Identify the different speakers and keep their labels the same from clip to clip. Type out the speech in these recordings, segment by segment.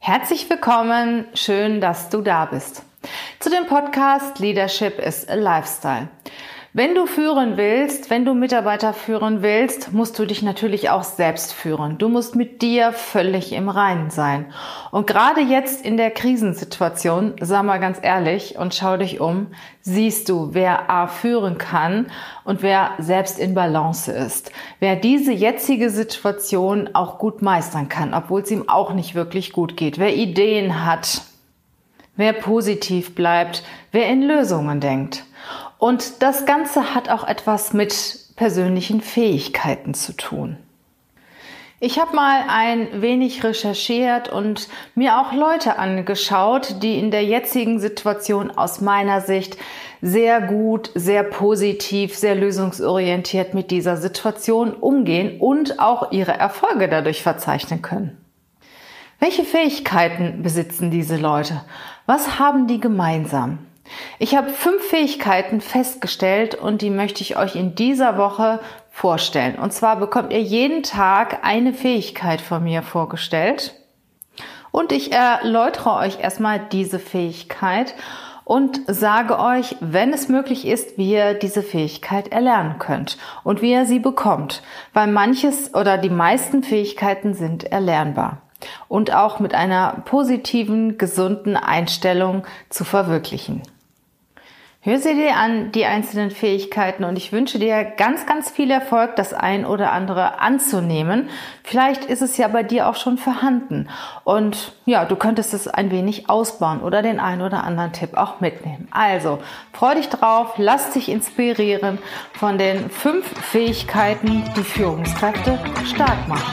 Speaker 1: Herzlich willkommen, schön, dass du da bist. Zu dem Podcast Leadership is a Lifestyle. Wenn du führen willst, wenn du Mitarbeiter führen willst, musst du dich natürlich auch selbst führen. Du musst mit dir völlig im Reinen sein. Und gerade jetzt in der Krisensituation, sag mal ganz ehrlich und schau dich um, siehst du, wer A führen kann und wer selbst in Balance ist. Wer diese jetzige Situation auch gut meistern kann, obwohl es ihm auch nicht wirklich gut geht. Wer Ideen hat, wer positiv bleibt, wer in Lösungen denkt. Und das Ganze hat auch etwas mit persönlichen Fähigkeiten zu tun. Ich habe mal ein wenig recherchiert und mir auch Leute angeschaut, die in der jetzigen Situation aus meiner Sicht sehr gut, sehr positiv, sehr lösungsorientiert mit dieser Situation umgehen und auch ihre Erfolge dadurch verzeichnen können. Welche Fähigkeiten besitzen diese Leute? Was haben die gemeinsam? Ich habe 5 Fähigkeiten festgestellt und die möchte ich euch in dieser Woche vorstellen. Und zwar bekommt ihr jeden Tag eine Fähigkeit von mir vorgestellt. Und ich erläutere euch erstmal diese Fähigkeit und sage euch, wenn es möglich ist, wie ihr diese Fähigkeit erlernen könnt und wie ihr sie bekommt. Weil manches oder die meisten Fähigkeiten sind erlernbar. Und auch mit einer positiven, gesunden Einstellung zu verwirklichen. Hör sie dir an, die einzelnen Fähigkeiten, und ich wünsche dir ganz, ganz viel Erfolg, das ein oder andere anzunehmen. Vielleicht ist es ja bei dir auch schon vorhanden und ja, du könntest es ein wenig ausbauen oder den ein oder anderen Tipp auch mitnehmen. Also, freu dich drauf, lass dich inspirieren von den 5 Fähigkeiten, die Führungskräfte stark machen.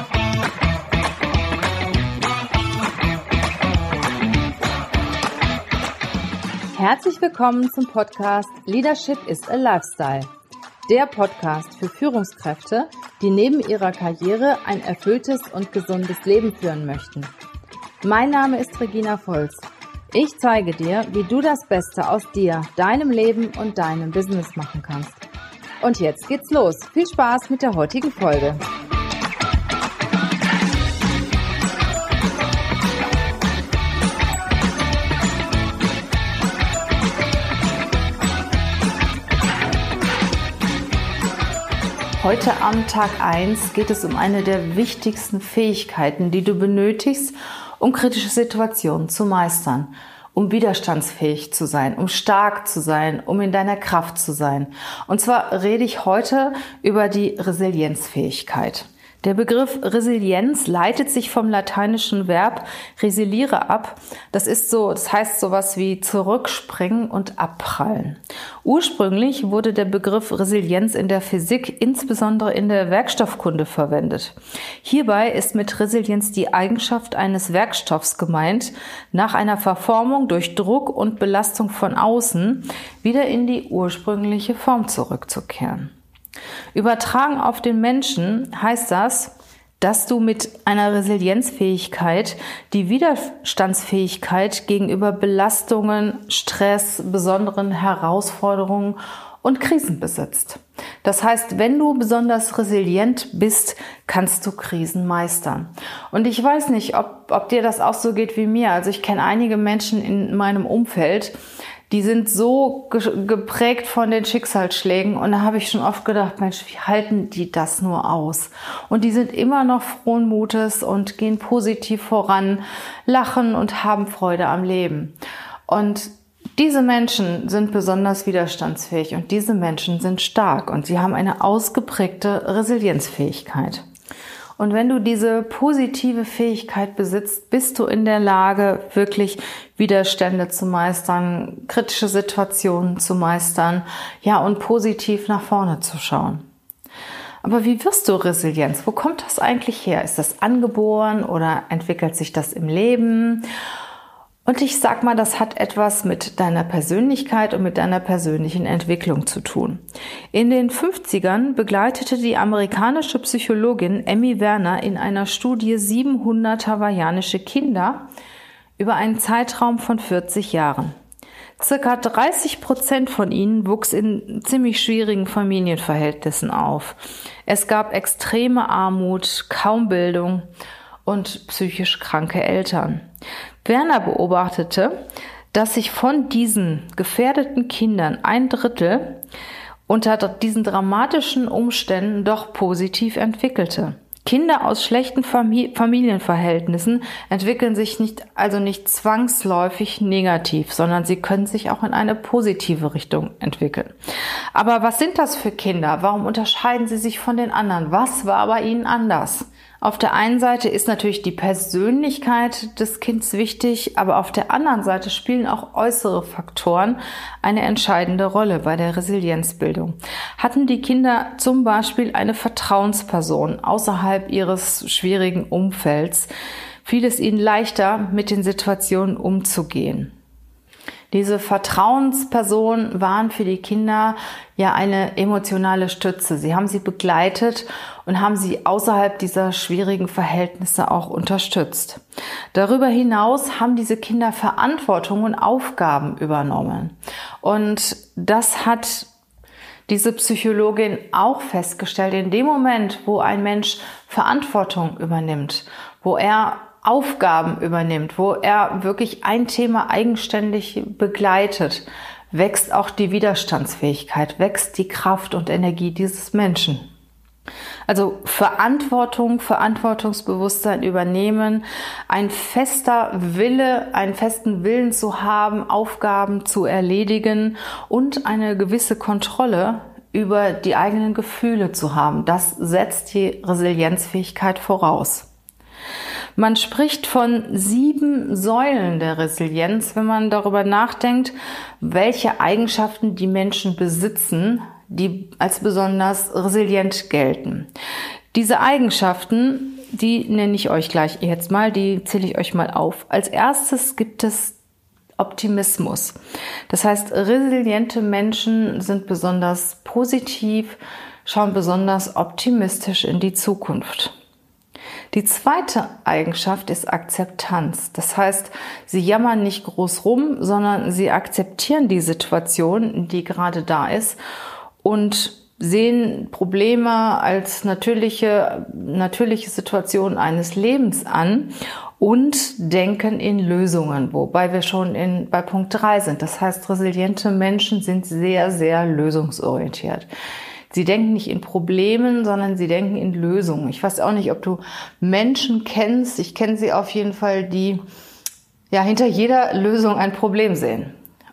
Speaker 1: Herzlich willkommen zum Podcast Leadership is a Lifestyle. Der Podcast für Führungskräfte, die neben ihrer Karriere ein erfülltes und gesundes Leben führen möchten. Mein Name ist Regina Volz. Ich zeige dir, wie du das Beste aus dir, deinem Leben und deinem Business machen kannst. Und jetzt geht's los. Viel Spaß mit der heutigen Folge. Heute am Tag 1 geht es um eine der wichtigsten Fähigkeiten, die du benötigst, um kritische Situationen zu meistern, um widerstandsfähig zu sein, um stark zu sein, um in deiner Kraft zu sein. Und zwar rede ich heute über die Resilienzfähigkeit. Der Begriff Resilienz leitet sich vom lateinischen Verb resiliere ab. Das heißt sowas wie zurückspringen und abprallen. Ursprünglich wurde der Begriff Resilienz in der Physik, insbesondere in der Werkstoffkunde, verwendet. Hierbei ist mit Resilienz die Eigenschaft eines Werkstoffs gemeint, nach einer Verformung durch Druck und Belastung von außen wieder in die ursprüngliche Form zurückzukehren. Übertragen auf den Menschen heißt das, dass du mit einer Resilienzfähigkeit die Widerstandsfähigkeit gegenüber Belastungen, Stress, besonderen Herausforderungen und Krisen besitzt. Das heißt, wenn du besonders resilient bist, kannst du Krisen meistern. Und ich weiß nicht, ob dir das auch so geht wie mir. Also ich kenne einige Menschen in meinem Umfeld, die sind so geprägt von den Schicksalsschlägen, und da habe ich schon oft gedacht, Mensch, wie halten die das nur aus? Und die sind immer noch frohen Mutes und gehen positiv voran, lachen und haben Freude am Leben. Und diese Menschen sind besonders widerstandsfähig und diese Menschen sind stark und sie haben eine ausgeprägte Resilienzfähigkeit. Und wenn du diese positive Fähigkeit besitzt, bist du in der Lage, wirklich Widerstände zu meistern, kritische Situationen zu meistern, ja, und positiv nach vorne zu schauen. Aber wie wirst du Resilienz? Wo kommt das eigentlich her? Ist das angeboren oder entwickelt sich das im Leben? Und ich sag mal, das hat etwas mit deiner Persönlichkeit und mit deiner persönlichen Entwicklung zu tun. In den 50ern begleitete die amerikanische Psychologin Emmy Werner in einer Studie 700 hawaiianische Kinder über einen Zeitraum von 40 Jahren. Circa 30% von ihnen wuchs in ziemlich schwierigen Familienverhältnissen auf. Es gab extreme Armut, kaum Bildung. und psychisch kranke Eltern. Werner beobachtete, dass sich von diesen gefährdeten Kindern 1/3 unter diesen dramatischen Umständen doch positiv entwickelte. Kinder aus schlechten Familienverhältnissen entwickeln sich nicht zwangsläufig negativ, sondern sie können sich auch in eine positive Richtung entwickeln. Aber was sind das für Kinder? Warum unterscheiden sie sich von den anderen? Was war bei ihnen anders? Auf der einen Seite ist natürlich die Persönlichkeit des Kindes wichtig, aber auf der anderen Seite spielen auch äußere Faktoren eine entscheidende Rolle bei der Resilienzbildung. Hatten die Kinder zum Beispiel eine Vertrauensperson außerhalb ihres schwierigen Umfelds, fiel es ihnen leichter, mit den Situationen umzugehen. Diese Vertrauenspersonen waren für die Kinder ja eine emotionale Stütze. Sie haben sie begleitet und haben sie außerhalb dieser schwierigen Verhältnisse auch unterstützt. Darüber hinaus haben diese Kinder Verantwortung und Aufgaben übernommen. Und das hat diese Psychologin auch festgestellt. In dem Moment, wo ein Mensch Verantwortung übernimmt, wo er Aufgaben übernimmt, wo er wirklich ein Thema eigenständig begleitet, wächst auch die Widerstandsfähigkeit, wächst die Kraft und Energie dieses Menschen. Also Verantwortung, Verantwortungsbewusstsein übernehmen, ein fester Wille, einen festen Willen zu haben, Aufgaben zu erledigen und eine gewisse Kontrolle über die eigenen Gefühle zu haben. Das setzt die Resilienzfähigkeit voraus. Man spricht von 7 Säulen der Resilienz, wenn man darüber nachdenkt, welche Eigenschaften die Menschen besitzen, die als besonders resilient gelten. Diese Eigenschaften, die nenne ich euch gleich jetzt mal, die zähle ich euch mal auf. Als erstes gibt es Optimismus. Das heißt, resiliente Menschen sind besonders positiv, schauen besonders optimistisch in die Zukunft. Die zweite Eigenschaft ist Akzeptanz. Das heißt, sie jammern nicht groß rum, sondern sie akzeptieren die Situation, die gerade da ist und sehen Probleme als natürliche Situation eines Lebens an und denken in Lösungen, wobei wir schon bei Punkt 3 sind. Das heißt, resiliente Menschen sind sehr, sehr lösungsorientiert. Sie denken nicht in Problemen, sondern sie denken in Lösungen. Ich weiß auch nicht, ob du Menschen kennst. Ich kenne sie auf jeden Fall, die ja hinter jeder Lösung ein Problem sehen.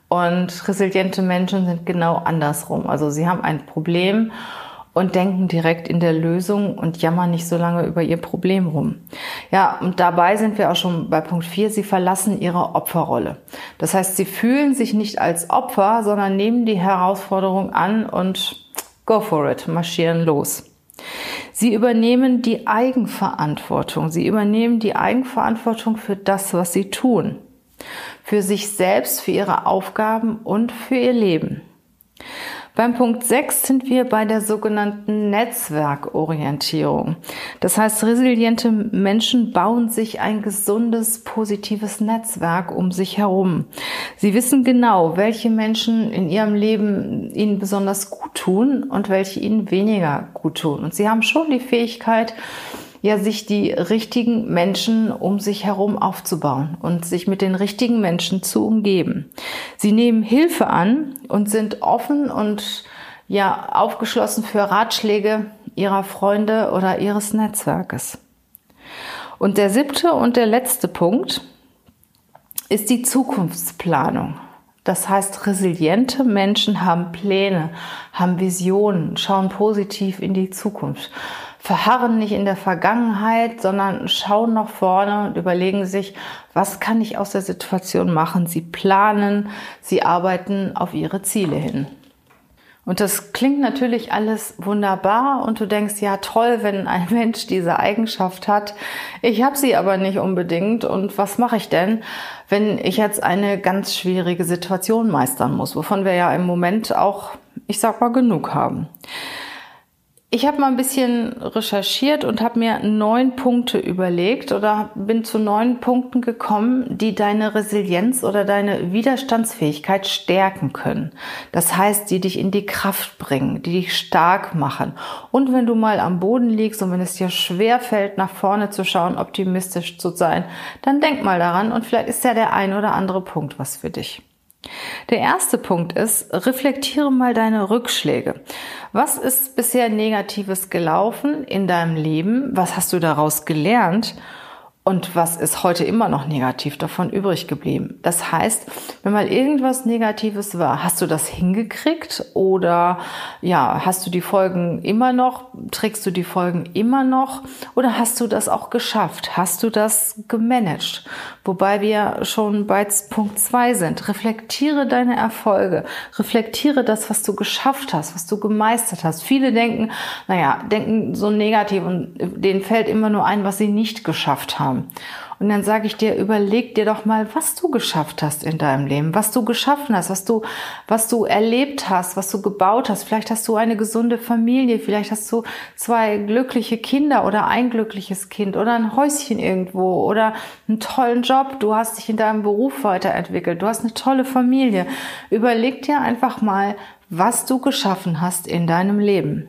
Speaker 1: Und resiliente Menschen sind genau andersrum. Also sie haben ein Problem und denken direkt in der Lösung und jammern nicht so lange über ihr Problem rum. Ja, und dabei sind wir auch schon bei Punkt 4. Sie verlassen ihre Opferrolle. Das heißt, sie fühlen sich nicht als Opfer, sondern nehmen die Herausforderung an und go for it, marschieren los. Sie übernehmen die Eigenverantwortung. Sie übernehmen die Eigenverantwortung für das, was sie tun. Für sich selbst, für ihre Aufgaben und für ihr Leben. Beim Punkt 6 sind wir bei der sogenannten Netzwerkorientierung. Das heißt, resiliente Menschen bauen sich ein gesundes, positives Netzwerk um sich herum. Sie wissen genau, welche Menschen in ihrem Leben ihnen besonders gut tun und welche ihnen weniger gut tun. Und sie haben schon die Fähigkeit, ja, sich die richtigen Menschen um sich herum aufzubauen und sich mit den richtigen Menschen zu umgeben. Sie nehmen Hilfe an und sind offen und ja, aufgeschlossen für Ratschläge ihrer Freunde oder ihres Netzwerkes. Und der 7. und der letzte Punkt ist die Zukunftsplanung. Das heißt, resiliente Menschen haben Pläne, haben Visionen, schauen positiv in die Zukunft. Verharren nicht in der Vergangenheit, sondern schauen nach vorne und überlegen sich, was kann ich aus der Situation machen? Sie planen, sie arbeiten auf ihre Ziele hin. Und das klingt natürlich alles wunderbar und du denkst, ja toll, wenn ein Mensch diese Eigenschaft hat. Ich habe sie aber nicht unbedingt. Und was mache ich denn, wenn ich jetzt eine ganz schwierige Situation meistern muss, wovon wir ja im Moment auch, ich sag mal, genug haben? Ich habe mal ein bisschen recherchiert und habe mir 9 Punkte überlegt oder bin zu 9 Punkten gekommen, die deine Resilienz oder deine Widerstandsfähigkeit stärken können. Das heißt, die dich in die Kraft bringen, die dich stark machen. Und wenn du mal am Boden liegst und wenn es dir schwerfällt, nach vorne zu schauen, optimistisch zu sein, dann denk mal daran und vielleicht ist ja der ein oder andere Punkt was für dich. Der erste Punkt ist, reflektiere mal deine Rückschläge. Was ist bisher Negatives gelaufen in deinem Leben? Was hast du daraus gelernt? Und was ist heute immer noch negativ davon übrig geblieben? Das heißt, wenn mal irgendwas Negatives war, hast du das hingekriegt oder hast du die Folgen immer noch, trägst du die Folgen immer noch oder hast du das auch geschafft? Hast du das gemanagt? Wobei wir schon bei Punkt 2 sind. Reflektiere deine Erfolge. Reflektiere das, was du geschafft hast, was du gemeistert hast. Viele denken so negativ und denen fällt immer nur ein, was sie nicht geschafft haben. Und dann sage ich dir, überleg dir doch mal, was du geschafft hast in deinem Leben, was du geschaffen hast, was du erlebt hast, was du gebaut hast. Vielleicht hast du eine gesunde Familie, vielleicht hast du 2 glückliche Kinder oder ein glückliches Kind oder ein Häuschen irgendwo oder einen tollen Job. Du hast dich in deinem Beruf weiterentwickelt, du hast eine tolle Familie. Überleg dir einfach mal, was du geschaffen hast in deinem Leben.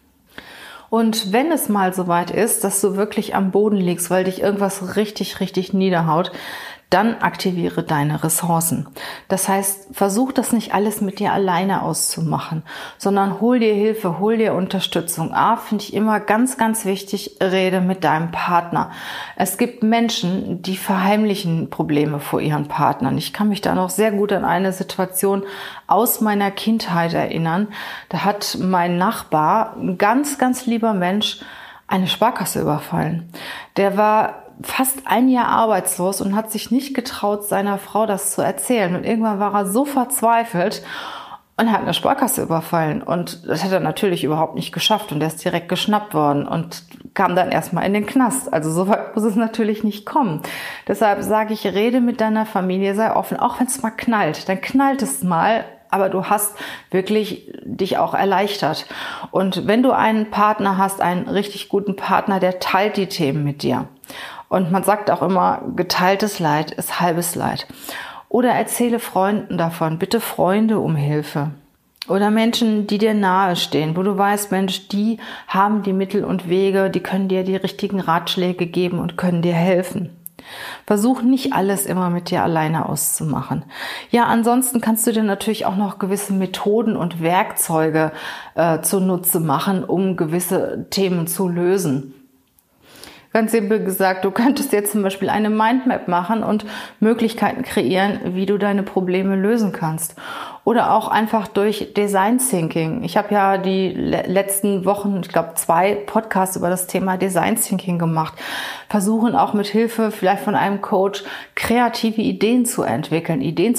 Speaker 1: Und wenn es mal soweit ist, dass du wirklich am Boden liegst, weil dich irgendwas richtig, richtig niederhaut, dann aktiviere deine Ressourcen. Das heißt, versuch das nicht alles mit dir alleine auszumachen, sondern hol dir Hilfe, hol dir Unterstützung. Finde ich immer ganz, ganz wichtig, rede mit deinem Partner. Es gibt Menschen, die verheimlichen Probleme vor ihren Partnern. Ich kann mich da noch sehr gut an eine Situation aus meiner Kindheit erinnern. Da hat mein Nachbar, ein ganz, ganz lieber Mensch, eine Sparkasse überfallen. Der war fast ein Jahr arbeitslos und hat sich nicht getraut, seiner Frau das zu erzählen. Und irgendwann war er so verzweifelt und hat eine Sparkasse überfallen. Und das hat er natürlich überhaupt nicht geschafft. Und er ist direkt geschnappt worden und kam dann erstmal in den Knast. Also so weit muss es natürlich nicht kommen. Deshalb sage ich, rede mit deiner Familie, sei offen. Auch wenn es mal knallt, dann knallt es mal. Aber du hast wirklich dich auch erleichtert. Und wenn du einen Partner hast, einen richtig guten Partner, der teilt die Themen mit dir. Und man sagt auch immer, geteiltes Leid ist halbes Leid. Oder erzähle Freunden davon, bitte Freunde um Hilfe. Oder Menschen, die dir nahe stehen, wo du weißt, Mensch, die haben die Mittel und Wege, die können dir die richtigen Ratschläge geben und können dir helfen. Versuch nicht alles immer mit dir alleine auszumachen. Ja, ansonsten kannst du dir natürlich auch noch gewisse Methoden und Werkzeuge zunutze machen, um gewisse Themen zu lösen. Ganz simpel gesagt, du könntest jetzt zum Beispiel eine Mindmap machen und Möglichkeiten kreieren, wie du deine Probleme lösen kannst. Oder auch einfach durch Design Thinking. Ich habe ja die letzten Wochen, ich glaube 2 Podcasts über das Thema Design Thinking gemacht. Versuchen auch mit Hilfe vielleicht von einem Coach kreative Ideen zu entwickeln.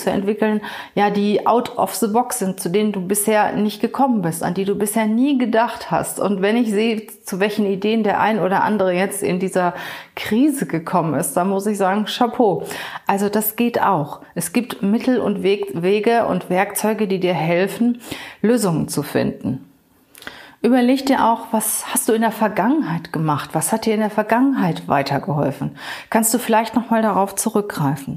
Speaker 1: Ja, die out of the box sind, zu denen du bisher nicht gekommen bist, an die du bisher nie gedacht hast. Und wenn ich sehe, zu welchen Ideen der ein oder andere jetzt in dieser Krise gekommen ist, dann muss ich sagen, Chapeau. Also das geht auch. Es gibt Mittel und Wege und Werkzeuge, die dir helfen, Lösungen zu finden. Überleg dir auch, was hast du in der Vergangenheit gemacht? Was hat dir in der Vergangenheit weitergeholfen? Kannst du vielleicht nochmal darauf zurückgreifen?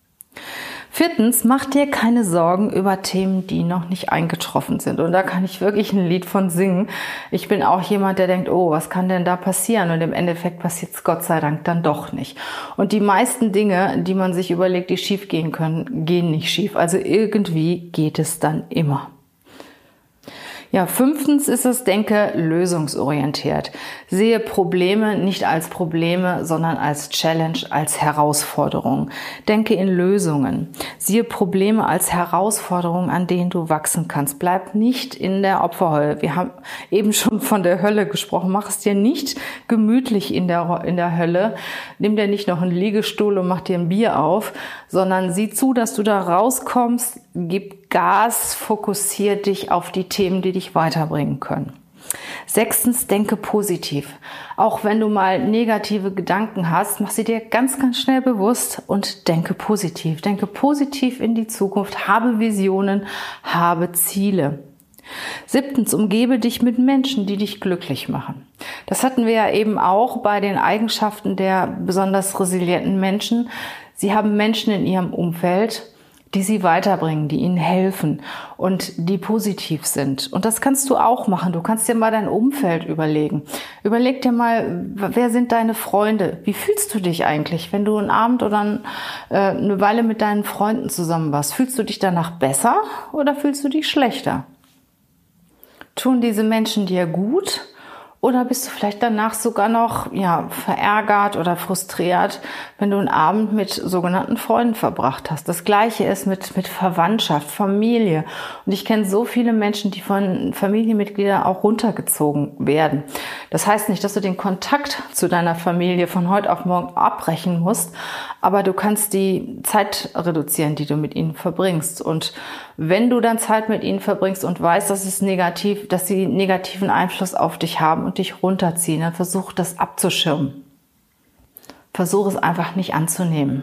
Speaker 1: 4. Mach dir keine Sorgen über Themen, die noch nicht eingetroffen sind. Und da kann ich wirklich ein Lied von singen. Ich bin auch jemand, der denkt, oh, was kann denn da passieren? Und im Endeffekt passiert es Gott sei Dank dann doch nicht. Und die meisten Dinge, die man sich überlegt, die schief gehen können, gehen nicht schief. Also irgendwie geht es dann immer. Ja, 5. ist es, denke lösungsorientiert. Sehe Probleme nicht als Probleme, sondern als Challenge, als Herausforderung. Denke in Lösungen. Siehe Probleme als Herausforderung, an denen du wachsen kannst. Bleib nicht in der Opferhölle. Wir haben eben schon von der Hölle gesprochen. Mach es dir nicht gemütlich in der Hölle. Nimm dir nicht noch einen Liegestuhl und mach dir ein Bier auf, sondern sieh zu, dass du da rauskommst. Gib Gas, fokussier dich auf die Themen, die dich weiterbringen können. 6. Denke positiv. Auch wenn du mal negative Gedanken hast, mach sie dir ganz, ganz schnell bewusst und denke positiv. Denke positiv in die Zukunft, habe Visionen, habe Ziele. 7. Umgebe dich mit Menschen, die dich glücklich machen. Das hatten wir ja eben auch bei den Eigenschaften der besonders resilienten Menschen. Sie haben Menschen in ihrem Umfeld, die sie weiterbringen, die ihnen helfen und die positiv sind. Und das kannst du auch machen. Du kannst dir mal dein Umfeld überlegen. Überleg dir mal, wer sind deine Freunde? Wie fühlst du dich eigentlich, wenn du einen Abend oder eine Weile mit deinen Freunden zusammen warst? Fühlst du dich danach besser oder fühlst du dich schlechter? Tun diese Menschen dir gut? Oder bist du vielleicht danach sogar noch verärgert oder frustriert, wenn du einen Abend mit sogenannten Freunden verbracht hast? Das Gleiche ist mit Verwandtschaft, Familie. Und ich kenne so viele Menschen, die von Familienmitgliedern auch runtergezogen werden. Das heißt nicht, dass du den Kontakt zu deiner Familie von heute auf morgen abbrechen musst, aber du kannst die Zeit reduzieren, die du mit ihnen verbringst. Und wenn du dann Zeit mit ihnen verbringst und weißt, dass sie negativen Einfluss auf dich haben und dich runterziehen, dann versuch das abzuschirmen. Versuch es einfach nicht anzunehmen.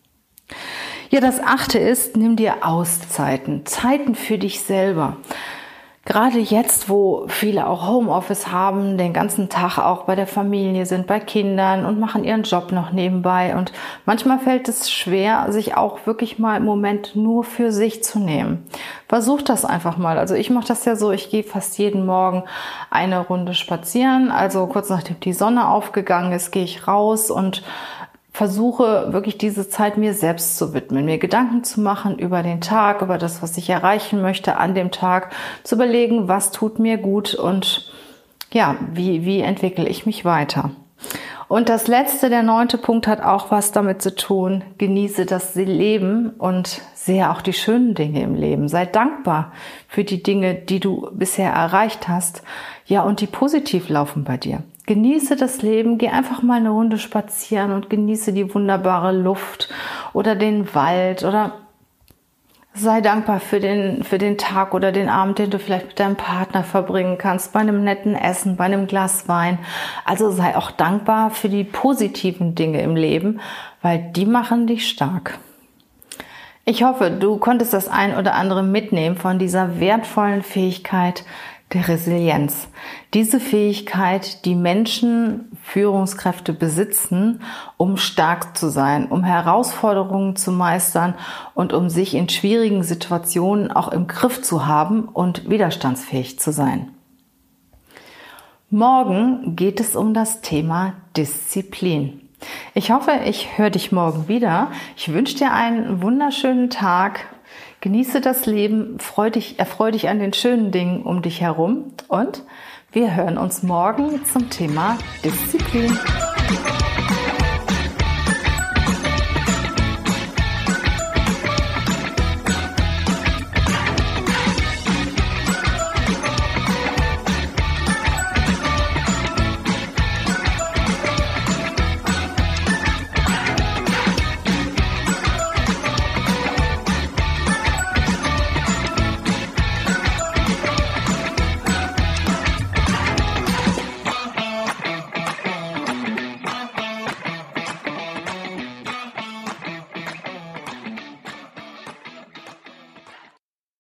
Speaker 1: Ja, das 8. ist, nimm dir Auszeiten, Zeiten für dich selber. Gerade jetzt, wo viele auch Homeoffice haben, den ganzen Tag auch bei der Familie sind, bei Kindern und machen ihren Job noch nebenbei. Und manchmal fällt es schwer, sich auch wirklich mal im Moment nur für sich zu nehmen. Versuch das einfach mal. Also ich mache das ja so, ich gehe fast jeden Morgen eine Runde spazieren. Also kurz nachdem die Sonne aufgegangen ist, gehe ich raus und versuche wirklich diese Zeit mir selbst zu widmen, mir Gedanken zu machen über den Tag, über das, was ich erreichen möchte an dem Tag, zu überlegen, was tut mir gut und wie entwickle ich mich weiter. Und das letzte, der 9. Punkt, hat auch was damit zu tun. Genieße das Leben und sehe auch die schönen Dinge im Leben. Sei dankbar für die Dinge, die du bisher erreicht hast, und die positiv laufen bei dir. Genieße das Leben, geh einfach mal eine Runde spazieren und genieße die wunderbare Luft oder den Wald oder sei dankbar für den Tag oder den Abend, den du vielleicht mit deinem Partner verbringen kannst, bei einem netten Essen, bei einem Glas Wein. Also sei auch dankbar für die positiven Dinge im Leben, weil die machen dich stark. Ich hoffe, du konntest das ein oder andere mitnehmen von dieser wertvollen Fähigkeit der Resilienz. Diese Fähigkeit, die Menschen, Führungskräfte besitzen, um stark zu sein, um Herausforderungen zu meistern und um sich in schwierigen Situationen auch im Griff zu haben und widerstandsfähig zu sein. Morgen geht es um das Thema Disziplin. Ich hoffe, ich höre dich morgen wieder. Ich wünsche dir einen wunderschönen Tag. Genieße das Leben, erfreue dich an den schönen Dingen um dich herum und wir hören uns morgen zum Thema Disziplin.